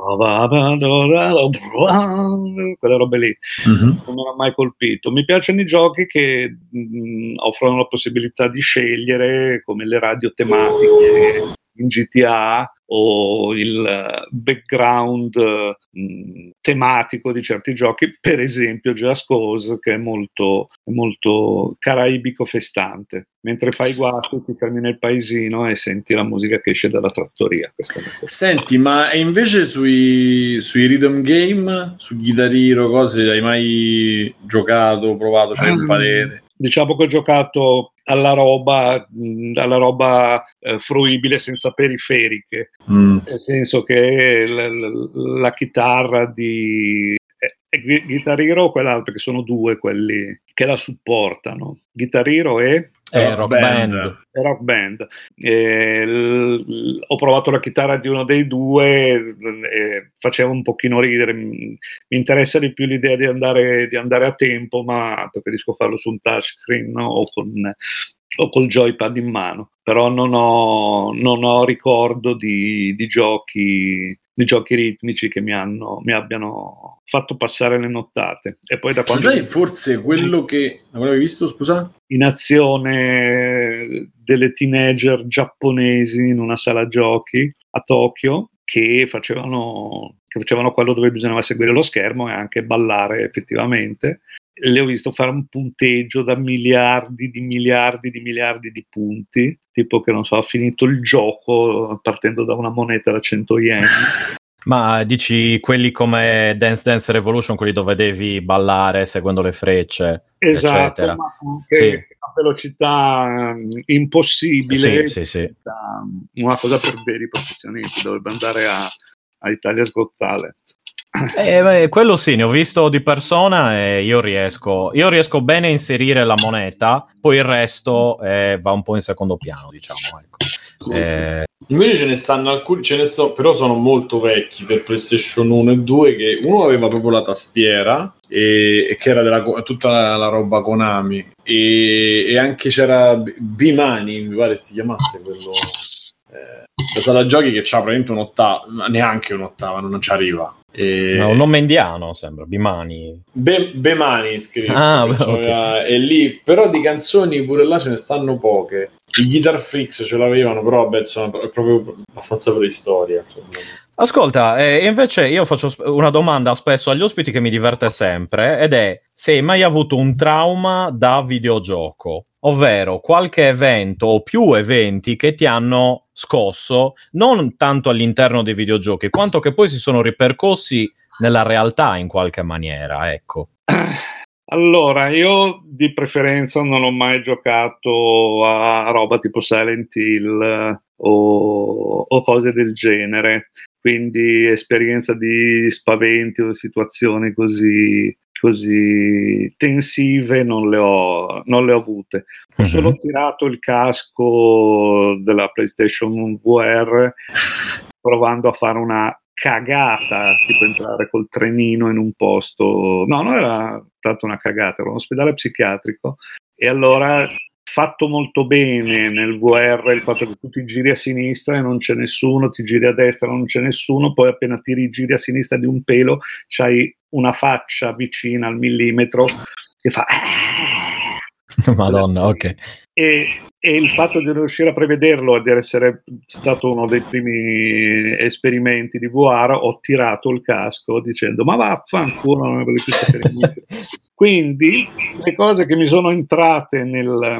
quelle robe lì. Mhm. Non mi ha mai colpito. Mi piacciono i giochi che mh, offrono la possibilità di scegliere, come le radio tematiche in G T A o il background mh, tematico di certi giochi, per esempio Just Cause, che è molto, è molto caraibico festante. Mentre fai i guasti ti fermi nel paesino e senti la musica che esce dalla trattoria. Senti, ma e invece sui, sui rhythm game, su Guitar Hero, cose, hai mai giocato, provato, c'hai un parere? Diciamo che ho giocato alla roba, mh, alla roba eh, fruibile senza periferiche, Mm. nel senso che la, la, la chitarra di eh, Guitar Hero o quell'altro, che sono due quelli che la supportano, Guitar Hero e Eh, Rock Band. e Rock Band. E l- l- ho provato la chitarra di uno dei due e faceva un pochino ridere. Mi interessa di più l'idea di andare, di andare a tempo, ma preferisco farlo su un touchscreen, no? o con o col joypad in mano, però non ho, non ho ricordo di, di giochi di giochi ritmici che mi hanno mi abbiano fatto passare le nottate. E poi da quando sai, forse quello che avevi visto, scusa? In azione delle teenager giapponesi in una sala giochi a Tokyo che facevano che facevano quello dove bisognava seguire lo schermo e anche ballare effettivamente. Le ho visto fare un punteggio da miliardi di miliardi di miliardi di punti, tipo che non so, ha finito il gioco partendo da una moneta da cento yen. Ma dici quelli come Dance Dance Revolution, quelli dove devi ballare seguendo le frecce, esatto, eccetera. ma anche Sì. a velocità impossibile, Sì, sì, sì. una cosa per veri professionisti, dovrebbe andare a, a Italia's Got Talent. Eh, beh, quello sì, ne ho visto di persona e io riesco, io riesco bene a inserire la moneta, poi il resto eh, va un po' in secondo piano, diciamo. Ecco. Eh, Invece ce ne stanno alcuni, ce ne sto, però sono molto vecchi per PlayStation uno e due, che uno aveva proprio la tastiera e, e che era della, tutta la, la roba Konami, e, e anche c'era B-Money, mi pare si chiamasse quello, eh, la sala giochi, che c'ha praticamente un'ottava, neanche un'ottava, non ci arriva. E... no, un nome indiano sembra, Bimani. Be- Bemani scritto, ah, beh, okay. E lì, però di canzoni pure là ce ne stanno poche. I Guitar Freaks ce l'avevano, però vabbè, insomma, è proprio abbastanza preistoria, insomma. Ascolta, eh, invece io faccio una domanda spesso agli ospiti che mi diverte sempre, ed è: se hai mai avuto un trauma da videogioco, ovvero qualche evento o più eventi che ti hanno scosso, non tanto all'interno dei videogiochi, quanto che poi si sono ripercossi nella realtà in qualche maniera, ecco. Allora, io di preferenza non ho mai giocato a roba tipo Silent Hill o, o cose del genere, quindi esperienza di spaventi o situazioni così, così tensive non le ho, non le ho avute. Ho mm-hmm. solo tirato il casco della PlayStation V R provando a fare una cagata, tipo entrare col trenino in un posto, no, non era tanto una cagata, era un ospedale psichiatrico, e allora fatto molto bene nel V R il fatto che tu ti giri a sinistra e non c'è nessuno, ti giri a destra e non c'è nessuno, poi appena ti rigiri a sinistra di un pelo c'hai una faccia vicina al millimetro che fa Madonna, ok. E, e il fatto di riuscire a prevederlo e di essere stato uno dei primi esperimenti di V R, ho tirato il casco dicendo ma vaffanculo, non ne più sapere niente. Quindi le cose che mi sono entrate nel,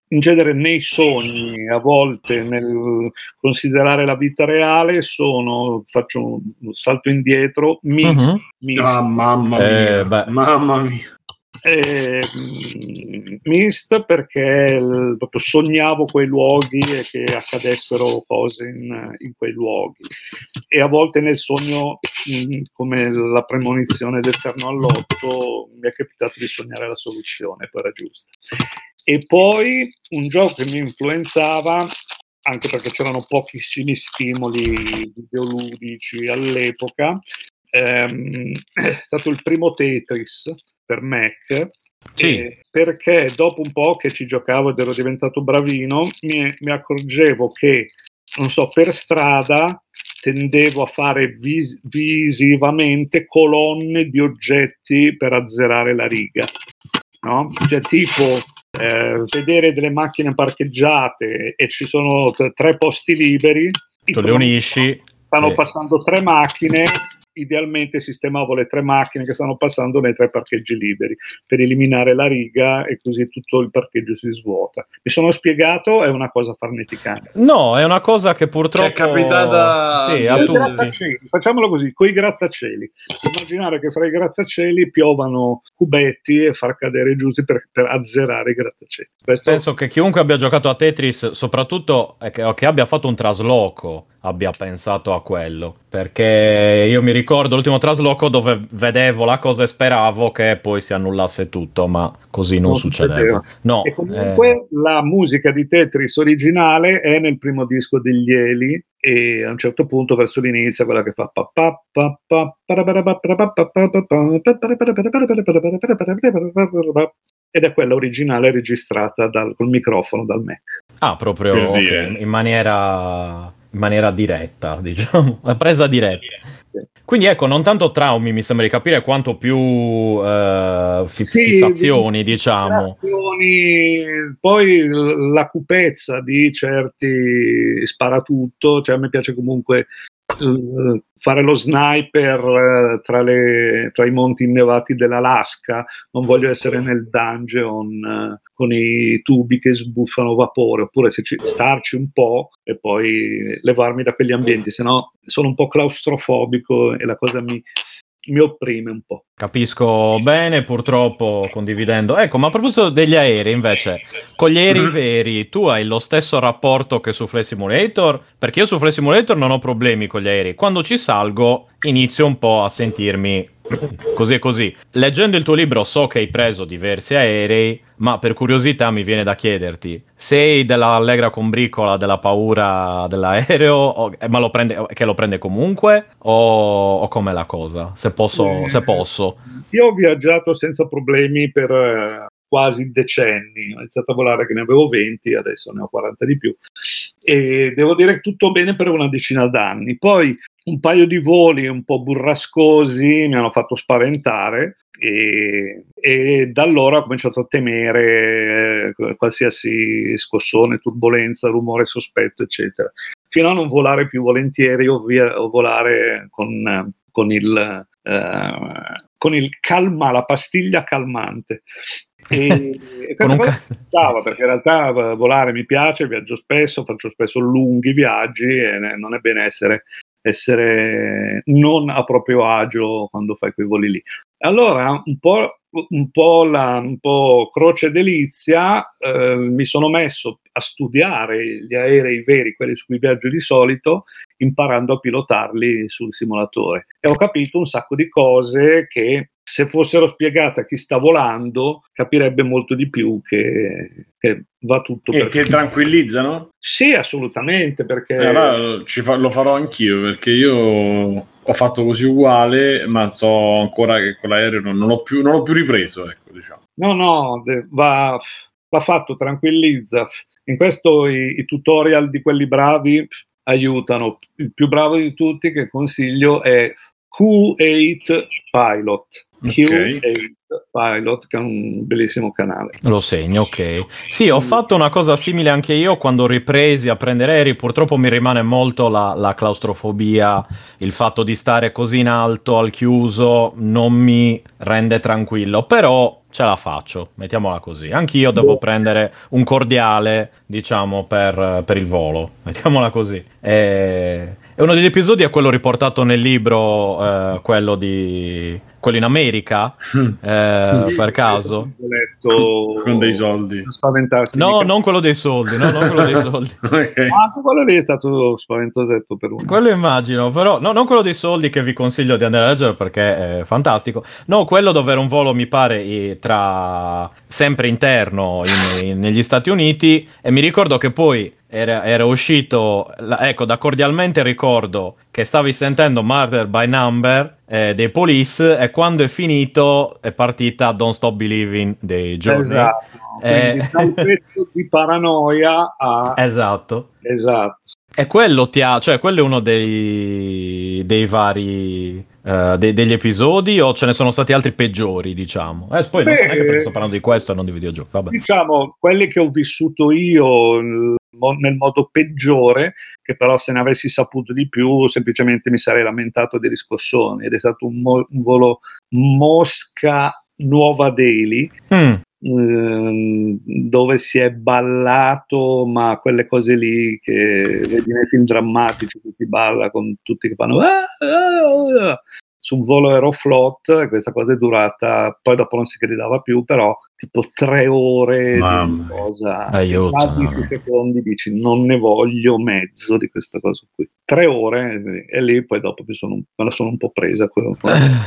in genere nei sogni, a volte nel considerare la vita reale, sono, faccio un salto indietro, mist, uh-huh. mist. Ah, mamma mia, eh, beh. mamma mia. Eh, mist perché l, proprio sognavo quei luoghi e che accadessero cose in, in quei luoghi, e a volte nel sogno, mh, come la premonizione del terno all'otto, mi è capitato di sognare la soluzione, poi era giusta. E poi un gioco che mi influenzava, anche perché c'erano pochissimi stimoli videoludici all'epoca, ehm, è stato il primo Tetris per Mac, sì. eh, perché dopo un po' che ci giocavo ed ero diventato bravino, mi, mi accorgevo che, non so, per strada tendevo a fare vis- visivamente colonne di oggetti per azzerare la riga, no? Cioè tipo eh, vedere delle macchine parcheggiate e ci sono t- tre posti liberi, tu le unisci, stanno sì. passando tre macchine, idealmente sistemavo le tre macchine che stanno passando nei tre parcheggi liberi per eliminare la riga, e così tutto il parcheggio si svuota. Mi sono spiegato? È una cosa farneticante? No, è una cosa che purtroppo c'è capitata sì, a tutti. Grattacieli, facciamolo così, coi grattacieli. Immaginare che fra i grattacieli piovano cubetti e far cadere giusti per, per azzerare i grattacieli. Questo... Penso che chiunque abbia giocato a Tetris, soprattutto eh, che, che abbia fatto un trasloco, abbia pensato a quello, perché io mi ricordo l'ultimo trasloco dove vedevo la cosa e speravo che poi si annullasse tutto, ma così non, non succedeva. No, e comunque eh... la musica di Tetris originale è nel primo disco degli Eli, e a un certo punto verso l'inizio quella che fa ed è quella originale registrata dal, col microfono dal Mac. Ah, proprio okay. in maniera in maniera diretta, diciamo, presa diretta. Sì. Quindi ecco, non tanto traumi, mi sembra di capire, quanto più eh, fi- sì, fissazioni, di, diciamo. Fissazioni, poi la cupezza di certi sparatutto, cioè a me piace comunque uh, fare lo sniper uh, tra, le, tra i monti innevati dell'Alaska, non voglio essere nel dungeon uh, con i tubi che sbuffano vapore, oppure se ci, starci un po' e poi levarmi da quegli ambienti, se no sono un po' claustrofobico e la cosa mi, mi opprime un po'. Capisco bene, purtroppo condividendo. Ecco, ma a proposito degli aerei, invece, con gli aerei mm-hmm. veri, tu hai lo stesso rapporto che su Flight Simulator? Perché io su Flight Simulator non ho problemi con gli aerei. Quando ci salgo inizio un po' a sentirmi così e così. Leggendo il tuo libro so che hai preso diversi aerei, ma per curiosità mi viene da chiederti, sei della allegra combricola della paura dell'aereo, o, eh, ma lo prende, che lo prende comunque, o, o com'è la cosa? Se posso, eh, se posso. Io ho viaggiato senza problemi per eh, quasi decenni, ho iniziato a volare che ne avevo venti, adesso ne ho quaranta di più, e devo dire tutto bene per una decina d'anni. Poi un paio di voli un po' burrascosi mi hanno fatto spaventare, e, e da allora ho cominciato a temere eh, qualsiasi scossone, turbolenza, rumore sospetto, eccetera, fino a non volare più volentieri o, via, o volare con, con il eh, con il calma, la pastiglia calmante. E, e questa cosa mi pensava, perché in realtà volare mi piace, viaggio spesso, faccio spesso lunghi viaggi e non è bene essere essere non a proprio agio quando fai quei voli lì. Allora un po', un po', la, un po' croce delizia, eh, mi sono messo a studiare gli aerei veri, quelli su cui viaggio di solito, imparando a pilotarli sul simulatore, e ho capito un sacco di cose che, se fossero spiegate a chi sta volando, capirebbe molto di più che, che va tutto e per ti tranquillizzano? Sì, assolutamente, perché eh, allora, ci fa, lo farò anch'io, perché io ho fatto così uguale, ma so ancora che con l'aereo non, non, l'ho, più, non l'ho più ripreso, ecco, diciamo. No, no, va, va fatto, tranquillizza. In questo i, i tutorial di quelli bravi aiutano. Il più bravo di tutti che consiglio è Q otto Pilot. Okay. Q otto Pilot, che è un bellissimo canale. Lo segno, ok. Sì, ho fatto una cosa simile anche io quando ho ripresi a prendere aerei. Purtroppo mi rimane molto la, la claustrofobia, il fatto di stare così in alto al chiuso non mi rende tranquillo, però ce la faccio, mettiamola così. Anch'io devo prendere un cordiale, diciamo, per, per il volo, mettiamola così. E, e uno degli episodi è quello riportato nel libro, eh, quello di quello in America, eh, per caso. Letto con dei soldi. Spaventarsi. No, non quello dei soldi, no, non quello dei soldi. Okay. Ma quello lì è stato spaventosetto per uno. Quello immagino, però no, non quello dei soldi che vi consiglio di andare a leggere perché è fantastico. No, quello dove era un volo, mi pare, i- tra sempre interno in- in- negli Stati Uniti, e mi ricordo che poi era, era uscito, la- ecco, da cordialmente ricordo che stavi sentendo Murder by Number eh, dei Police, e quando è finito è partita Don't Stop Believing dei Journey. Esatto, quindi Eh, da un pezzo di paranoia a... Esatto. Esatto. E quello ti ha, cioè quello è uno dei, dei vari eh, dei- degli episodi, o ce ne sono stati altri peggiori, diciamo? Eh, poi non so Beh, neanche perché sto parlando di questo e non di videogiochi. Vabbè. Diciamo, quelli che ho vissuto io nel mo- nel modo peggiore, che però se ne avessi saputo di più semplicemente mi sarei lamentato dei riscossoni, ed è stato un, mo- un volo Mosca-Nuova Delhi, Mm. ehm, dove si è ballato, ma quelle cose lì che vedi nei film drammatici, che si balla con tutti che fanno "Ah, ah, ah", su un volo Aeroflot. Questa cosa è durata, poi dopo non si gridava più, però tipo tre ore Mamma di cosa, Aiuto, a no, dieci no. secondi dici non ne voglio mezzo di questa cosa qui, tre ore, e lì poi dopo mi sono, me la sono un po' presa quello.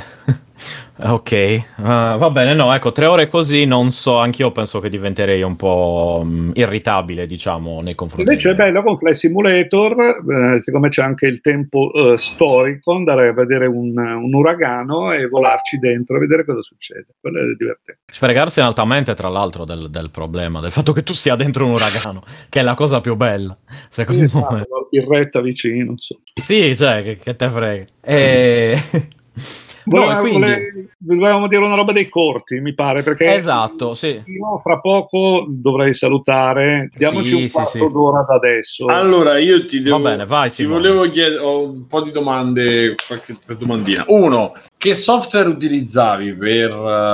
Ok, uh, va bene, no, ecco, tre ore così, non so, anch'io penso che diventerei un po' mh, irritabile, diciamo, nei confronti. Invece è di me. bello con Flight Simulator, eh, siccome c'è anche il tempo eh, storico, andare a vedere un, un uragano e volarci dentro e vedere cosa succede. Quello è divertente. Spregarsi altamente, tra l'altro, del, del problema, del fatto che tu sia dentro un uragano, che è la cosa più bella, secondo Sì, me. esatto, la birretta vicino, insomma. Sì, cioè, che, che te frega. E... no, e Volevamo, quindi... vole- volevamo dire una roba dei corti, mi pare, perché Esatto, sì. io fra poco dovrei salutare. Diamoci Sì, un sì, quarto sì. d'ora da adesso. Allora, io ti devo. Va bene, vai, ti Simone. volevo chiedere. Ho un po' di domande. Qualche domandina. Uno, che software utilizzavi per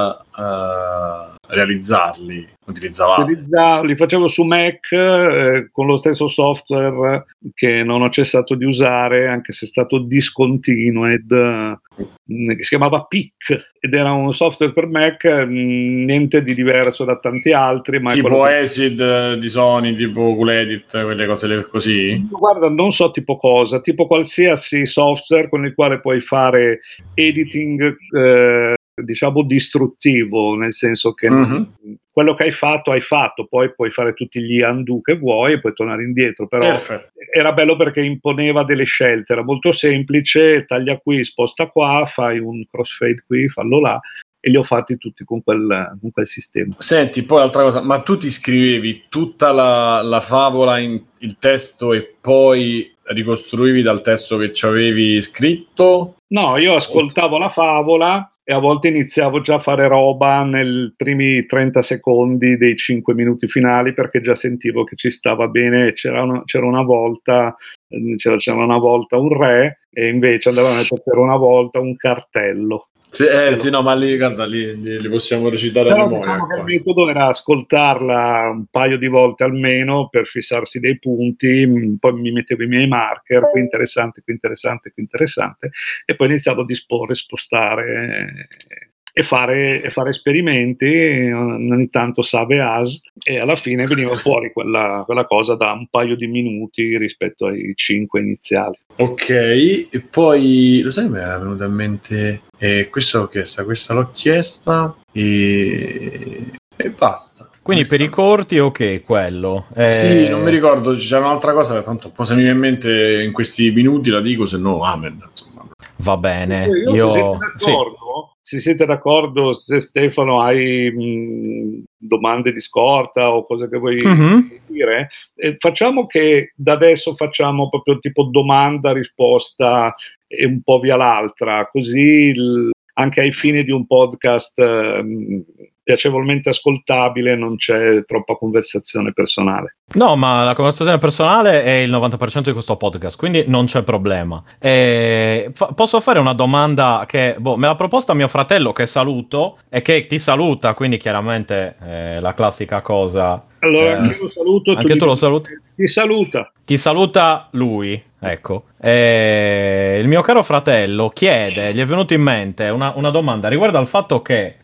uh, realizzarli? Utilizzavate? Utilizza- li facevo su Mac eh, con lo stesso software che non ho cessato di usare, anche se è stato discontinued, eh, che si chiamava P I C, ed era un software per Mac, mh, niente di diverso da tanti altri, ma è Tipo quello che- Acid eh, di Sony, tipo Cool-Edit, quelle cose le- così? Guarda, non so tipo cosa, tipo qualsiasi software con il quale puoi fare editing, eh, diciamo distruttivo, nel senso che Mhm. quello che hai fatto hai fatto, poi puoi fare tutti gli undo che vuoi e poi tornare indietro, però Perfetto. era bello perché imponeva delle scelte, era molto semplice: taglia qui, sposta qua, fai un crossfade qui, fallo là, e li ho fatti tutti con quel, con quel sistema. Senti, poi altra cosa, ma tu ti scrivevi tutta la, la favola in il testo e poi ricostruivi dal testo che ci avevi scritto? No, io ascoltavo la favola e a volte iniziavo già a fare roba nei primi trenta secondi dei cinque minuti finali, perché già sentivo che ci stava bene. C'era una, c'era una volta eh, c'era, c'era una volta un re, e invece andavano a mettere per una volta un cartello. Sì, eh, sì, no, ma lì, guarda, lì, lì, li possiamo recitare a Però memoria. diciamo che il qua. metodo era ascoltarla un paio di volte almeno per fissarsi dei punti, mh, poi mi mettevo i miei marker, qui interessante, qui interessante, qui interessante, e poi iniziavo a disporre, spostare eh, e fare, e fare esperimenti, ogni tanto save as, e alla fine veniva fuori quella, quella cosa da un paio di minuti rispetto ai cinque iniziali. Ok, e poi lo sai, mi era venuta in mente eh, questa l'ho chiesta, questa l'ho chiesta e, e basta. Quindi Questa- per i corti, ok, quello. Eh, Sì, non mi ricordo, c'era un'altra cosa, tanto poi se mi viene in mente in questi minuti la dico, se no amen, insomma. Va bene, Io, io... se siete sì. d'accordo, se siete d'accordo, se Stefano hai mh, domande di scorta o cose che vuoi Mhm. dire, eh, facciamo che da adesso facciamo proprio tipo domanda, risposta e un po' via l'altra, così il- anche ai fini di un podcast ehm, piacevolmente ascoltabile, non c'è troppa conversazione personale. No, ma la conversazione personale è il novanta per cento di questo podcast, quindi non c'è problema. E fa- posso fare una domanda che boh, me l'ha proposta mio fratello, che saluto, e che ti saluta, quindi chiaramente è la classica cosa. Allora, eh, anche io lo saluto. Anche tu, tu lo saluti? Ti saluta. Ti saluta lui, ecco. E il mio caro fratello chiede, gli è venuto in mente una, una domanda riguardo al fatto che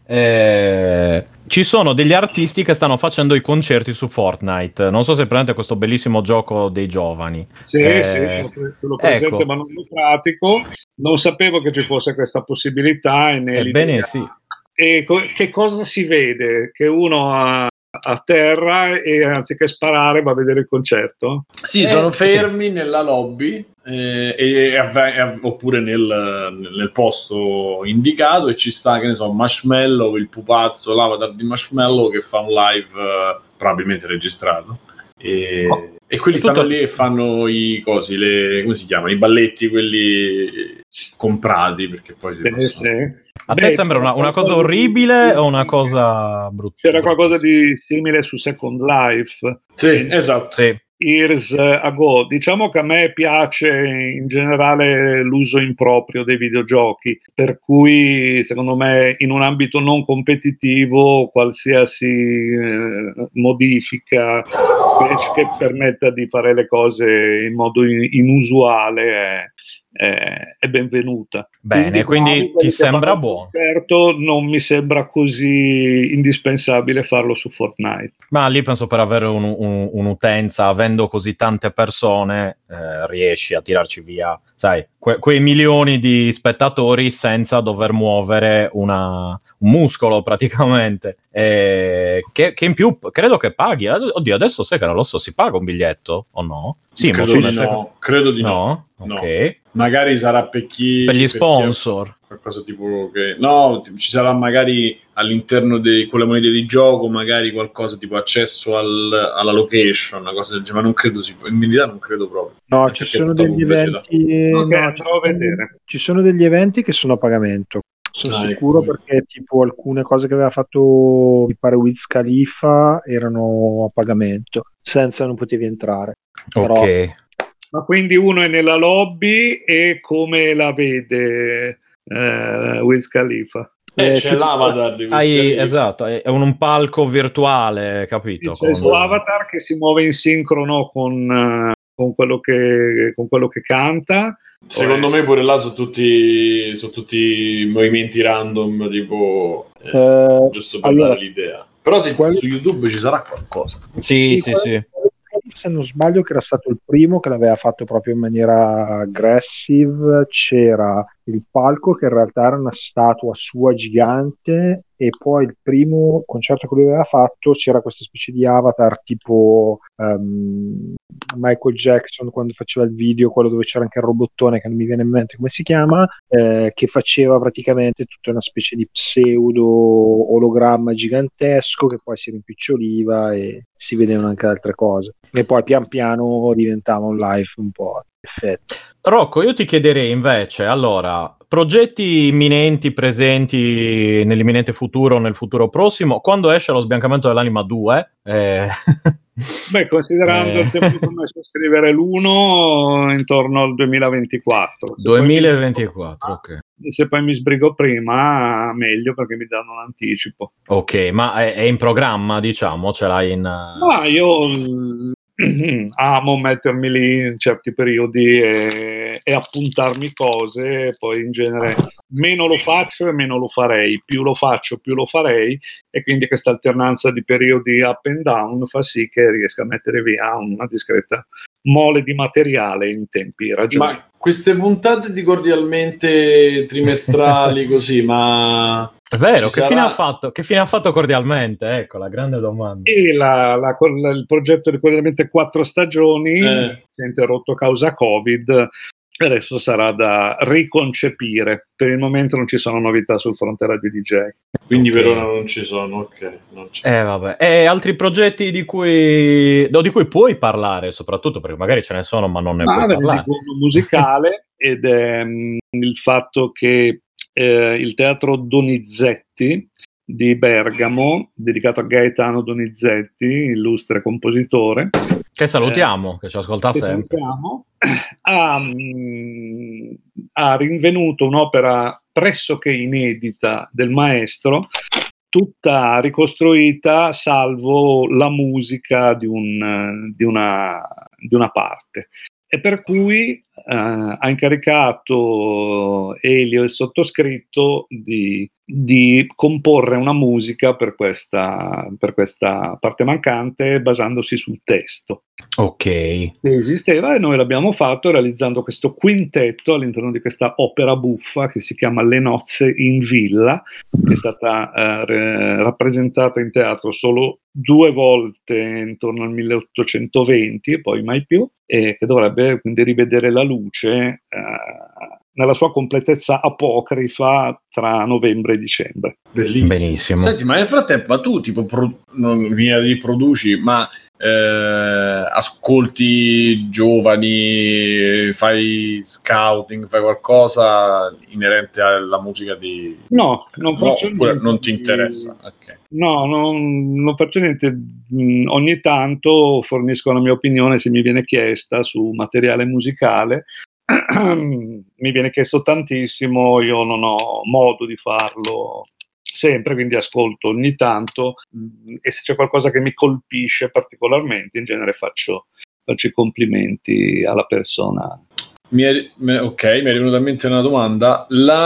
eh, ci sono degli artisti che stanno facendo i concerti su Fortnite. Non so se prendete questo bellissimo gioco dei giovani. Sì, eh, sì, ce l'ho presente, ecco. ma non lo pratico. Non sapevo che ci fosse questa possibilità. E Ebbene sì. E co- che cosa si vede? Che uno ha a terra e anziché sparare va a vedere il concerto? Sì, eh, sono fermi sì. nella lobby eh, e, e, oppure nel, nel posto indicato, e ci sta, che ne so, Marshmallow, il pupazzo, l'avatar di Marshmallow, che fa un live eh, probabilmente registrato, e, oh. e quelli tutto... stanno lì e fanno i cosi, le, come si chiamano, i balletti, quelli comprati, perché poi si sì, possono... sì. A Beh, te sembra una, una cosa orribile di... o una cosa brutta? C'era qualcosa di simile su Second Life. Sì, esatto. Sì. Years ago. Diciamo che a me piace in generale l'uso improprio dei videogiochi, per cui secondo me in un ambito non competitivo qualsiasi eh, modifica che permetta di fare le cose in modo in- inusuale è, è, è benvenuta. Bene, quindi, quindi ti sembra buono? Certo, non mi sembra così indispensabile farlo su Fortnite. Ma lì penso per avere un, un, un'utenza, avendo così tante persone, eh, riesci a tirarci via, sai, que- quei milioni di spettatori senza dover muovere una, un muscolo praticamente. E che, che in più credo che paghi. Oddio, adesso sai che non lo so, si paga un biglietto o no? Sì, credo di no. Credo di no. no. Ok. No. Magari sarà per chi... Per gli per sponsor. Chi qualcosa tipo che... No, ci sarà magari all'interno di quelle monete di gioco magari qualcosa tipo accesso al, alla location, una cosa del genere, ma non credo si... in verità non credo proprio. No, ci sono degli eventi... Okay, no, ci, sono vedere. ci sono degli eventi che sono a pagamento. Sono ah, sicuro ecco. Perché tipo alcune cose che aveva fatto mi pare Wiz Khalifa erano a pagamento, senza non potevi entrare. Ok. Però... Ma quindi uno è nella lobby e come la vede eh, Wiz Khalifa? Eh, eh, c'è l'avatar di Wiz Khalifa. Esatto, è un, un palco virtuale, capito? C'è il suo avatar che si muove in sincrono con, uh, con, quello, che, con quello che canta. Secondo me pure là sono tutti, sono tutti movimenti random, tipo eh, eh, giusto per allora, dare l'idea. Però se quello... su YouTube ci sarà qualcosa. Sì, sì, sì. sì. Se non sbaglio che era stato il primo che l'aveva fatto proprio in maniera aggressive, c'era il palco che in realtà era una statua sua gigante, e poi il primo concerto che lui aveva fatto c'era questa specie di avatar tipo um, Michael Jackson quando faceva il video, quello dove c'era anche il robottone che non mi viene in mente come si chiama, eh, che faceva praticamente tutta una specie di pseudo ologramma gigantesco che poi si rimpiccioliva e si vedevano anche altre cose, e poi pian piano diventava un live un po' effetto. Rocco, io ti chiederei invece, allora, progetti imminenti, presenti nell'imminente futuro, nel futuro prossimo, quando esce lo sbiancamento dell'anima due? Eh... Beh, considerando eh... il tempo che ho messo a scrivere l'uno, intorno al duemilaventiquattro. Se duemilaventiquattro, ok. Se poi mi sbrigo prima, meglio, perché mi danno un anticipo. Ok, ma è, è in programma, diciamo? Ce l'hai in... Ma io... amo mettermi lì in certi periodi e, e appuntarmi cose, poi in genere meno lo faccio e meno lo farei, più lo faccio più lo farei, e quindi questa alternanza di periodi up and down fa sì che riesca a mettere via una discreta mole di materiale in tempi ragionevoli. Ma queste puntate di cordialmente trimestrali così, ma... È vero, che sarà... fine ha fatto? Che fine ha fatto cordialmente? Ecco, la grande domanda. E la, la, la, il progetto di cordialmente quattro stagioni eh. si è interrotto a causa Covid, adesso sarà da riconcepire. Per il momento non ci sono novità sul fronte Radio D J. Quindi okay. Per ora non ci sono, ok. Non eh vabbè. E altri progetti di cui no, di cui puoi parlare, soprattutto perché magari ce ne sono, ma non ne ma puoi parlare. Uno musicale ed è um, il fatto che eh, il teatro Donizetti di Bergamo, dedicato a Gaetano Donizetti, illustre compositore. Che salutiamo, eh, che ci ascolta che sempre. Salutiamo. Ha, mh, ha rinvenuto un'opera pressoché inedita del maestro, tutta ricostruita salvo la musica di, un, di, una, di una parte. E per cui eh, ha incaricato Elio e il sottoscritto di, di comporre una musica per questa, per questa parte mancante basandosi sul testo. Ok. Che esisteva, e noi l'abbiamo fatto realizzando questo quintetto all'interno di questa opera buffa che si chiama Le nozze in villa, che è stata eh, re- rappresentata in teatro solo due volte intorno al milleottocentoventi e poi mai più, e che dovrebbe quindi rivedere la luce eh, nella sua completezza apocrifa tra novembre e dicembre. Bellissimo. Benissimo. Senti, ma nel frattempo tu tipo pro- non mi di produci, ma eh, ascolti giovani, fai scouting, fai qualcosa inerente alla musica di... No, non faccio no, oppure niente. non ti interessa? Okay. No, non, non faccio niente. Mm, ogni tanto fornisco la mia opinione se mi viene chiesta su materiale musicale. Mi viene chiesto tantissimo, io non ho modo di farlo sempre, quindi ascolto ogni tanto, mh, e se c'è qualcosa che mi colpisce particolarmente, in genere faccio, faccio i complimenti alla persona. Mi è, ok, mi è venuta in mente una domanda.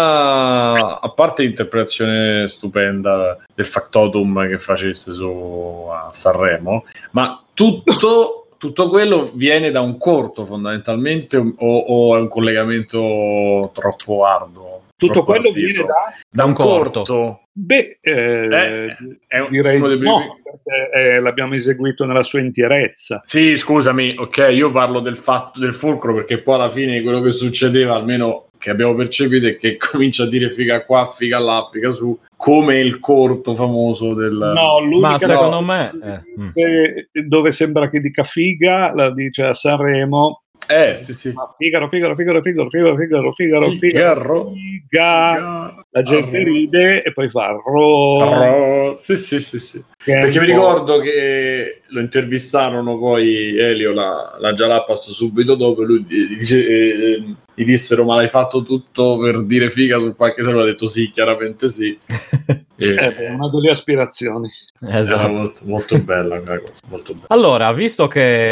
La, a parte l'interpretazione stupenda del factotum che faceste su a Sanremo, ma tutto tutto quello viene da un corto fondamentalmente, o, o è un collegamento troppo arduo? Tutto troppo quello ardito? viene da, da un, un corto. corto. Beh, eh, eh, è un, direi uno dei primi... no, perché eh, l'abbiamo eseguito nella sua interezza. Sì, scusami, ok, io parlo del fatto del fulcro, perché poi alla fine quello che succedeva, almeno che abbiamo percepito, è che comincia a dire figa qua, figa là, figa su, come il corto famoso del... No, l'unica ma secondo no, me eh. dove sembra che dica figa la dice a Sanremo. Eh, sì, sì. Ma Figaro, Figaro, Figaro, Figaro, Figaro, Figaro, Figaro, Figaro, Figa. La gente arro. Ride e poi fa ro. Arro. Sì, sì, sì, sì. Perché mi ricordo che lo intervistarono poi Elio, la, la Jalapas, subito dopo, lui dice, eh, gli dissero ma l'hai fatto tutto per dire figa su qualche server? Ha detto sì, chiaramente sì. E... è una delle aspirazioni. Esatto. Molto, molto bella una cosa, molto bella. Allora, visto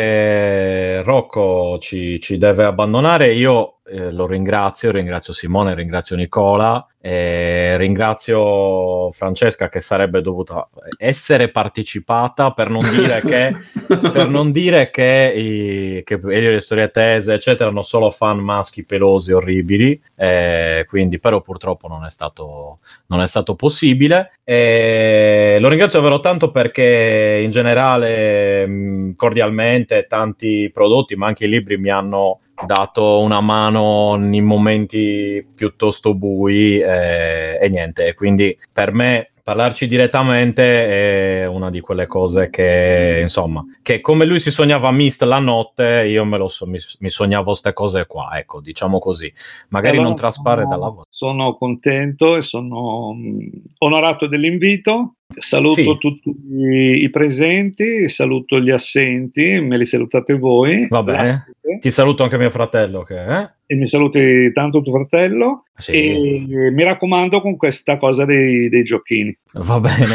che Rocco ci, ci deve abbandonare, io eh, lo ringrazio, ringrazio Simone, ringrazio Nicola, eh, ringrazio Francesca che sarebbe dovuta essere partecipata, per non dire che per non dire che, i, che Elio e le storie tese eccetera hanno solo fan maschi pelosi orribili, eh, quindi però purtroppo non è stato non è stato possibile. E lo ringrazio davvero tanto perché in generale mh, cordialmente tanti prodotti ma anche i libri mi hanno dato una mano in momenti piuttosto bui, eh, e niente, quindi per me parlarci direttamente è una di quelle cose che, insomma, che come lui si sognava Mist la notte, io me lo so, mi, mi sognavo ste cose qua, ecco, diciamo così. Magari allora, non traspare dalla voce. Sono contento e sono mh, onorato dell'invito. Saluto sì. tutti i, i presenti, saluto gli assenti, me li salutate voi. Va bene. Ti saluto anche mio fratello che eh? E mi saluti tanto tuo fratello, sì. E mi raccomando con questa cosa dei, dei giochini. Va bene.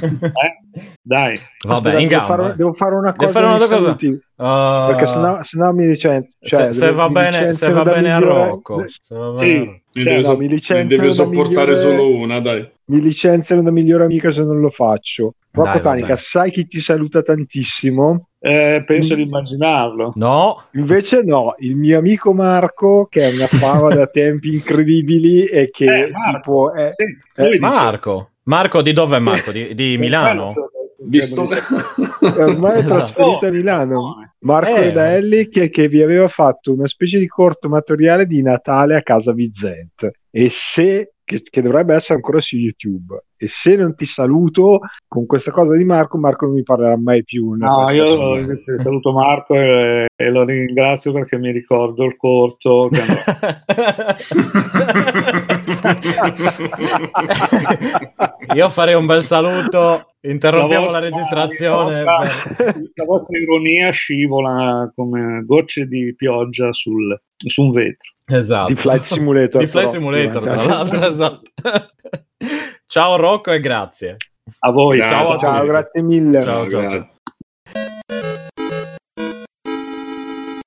eh? Dai. Va bene, in devo, gamba. fare, devo fare una cosa, devo fare una cosa. Saluti, uh... perché sennò, sennò mi dice cioè, se, se va bene, se va bene a Rocco, se va bene sì. a Rocco. Mi deve, no, so- mi mi deve sopportare migliore... solo una, dai. Mi licenziano da migliore amica se non lo faccio. Rocco Dai, Tanica, sai chi ti saluta tantissimo? Eh, penso di immaginarlo. No. Invece no, il mio amico Marco, che è una fava da tempi incredibili e che eh, Marco, tipo è, sì, è Marco. Marco di dove è Marco? Di, di Milano? Visto ormai è trasferito a Milano. Marco eh. Redaelli che, che vi aveva fatto una specie di corto materiale di Natale a casa Vizent, e se che, che dovrebbe essere ancora su YouTube, e se non ti saluto con questa cosa di Marco, Marco non mi parlerà mai più. No, io invece saluto Marco e, e lo ringrazio perché mi ricordo il corto che Io farei un bel saluto, interrompiamo la, vostra, registrazione. La vostra, la vostra ironia scivola come gocce di pioggia sul, su un vetro. Esatto. Di Flight Simulator. Di Flight però, Simulator, tra l'altro, esatto. Ciao Rocco e grazie. A voi. Grazie. Ciao, grazie mille. Ciao, ciao, ciao.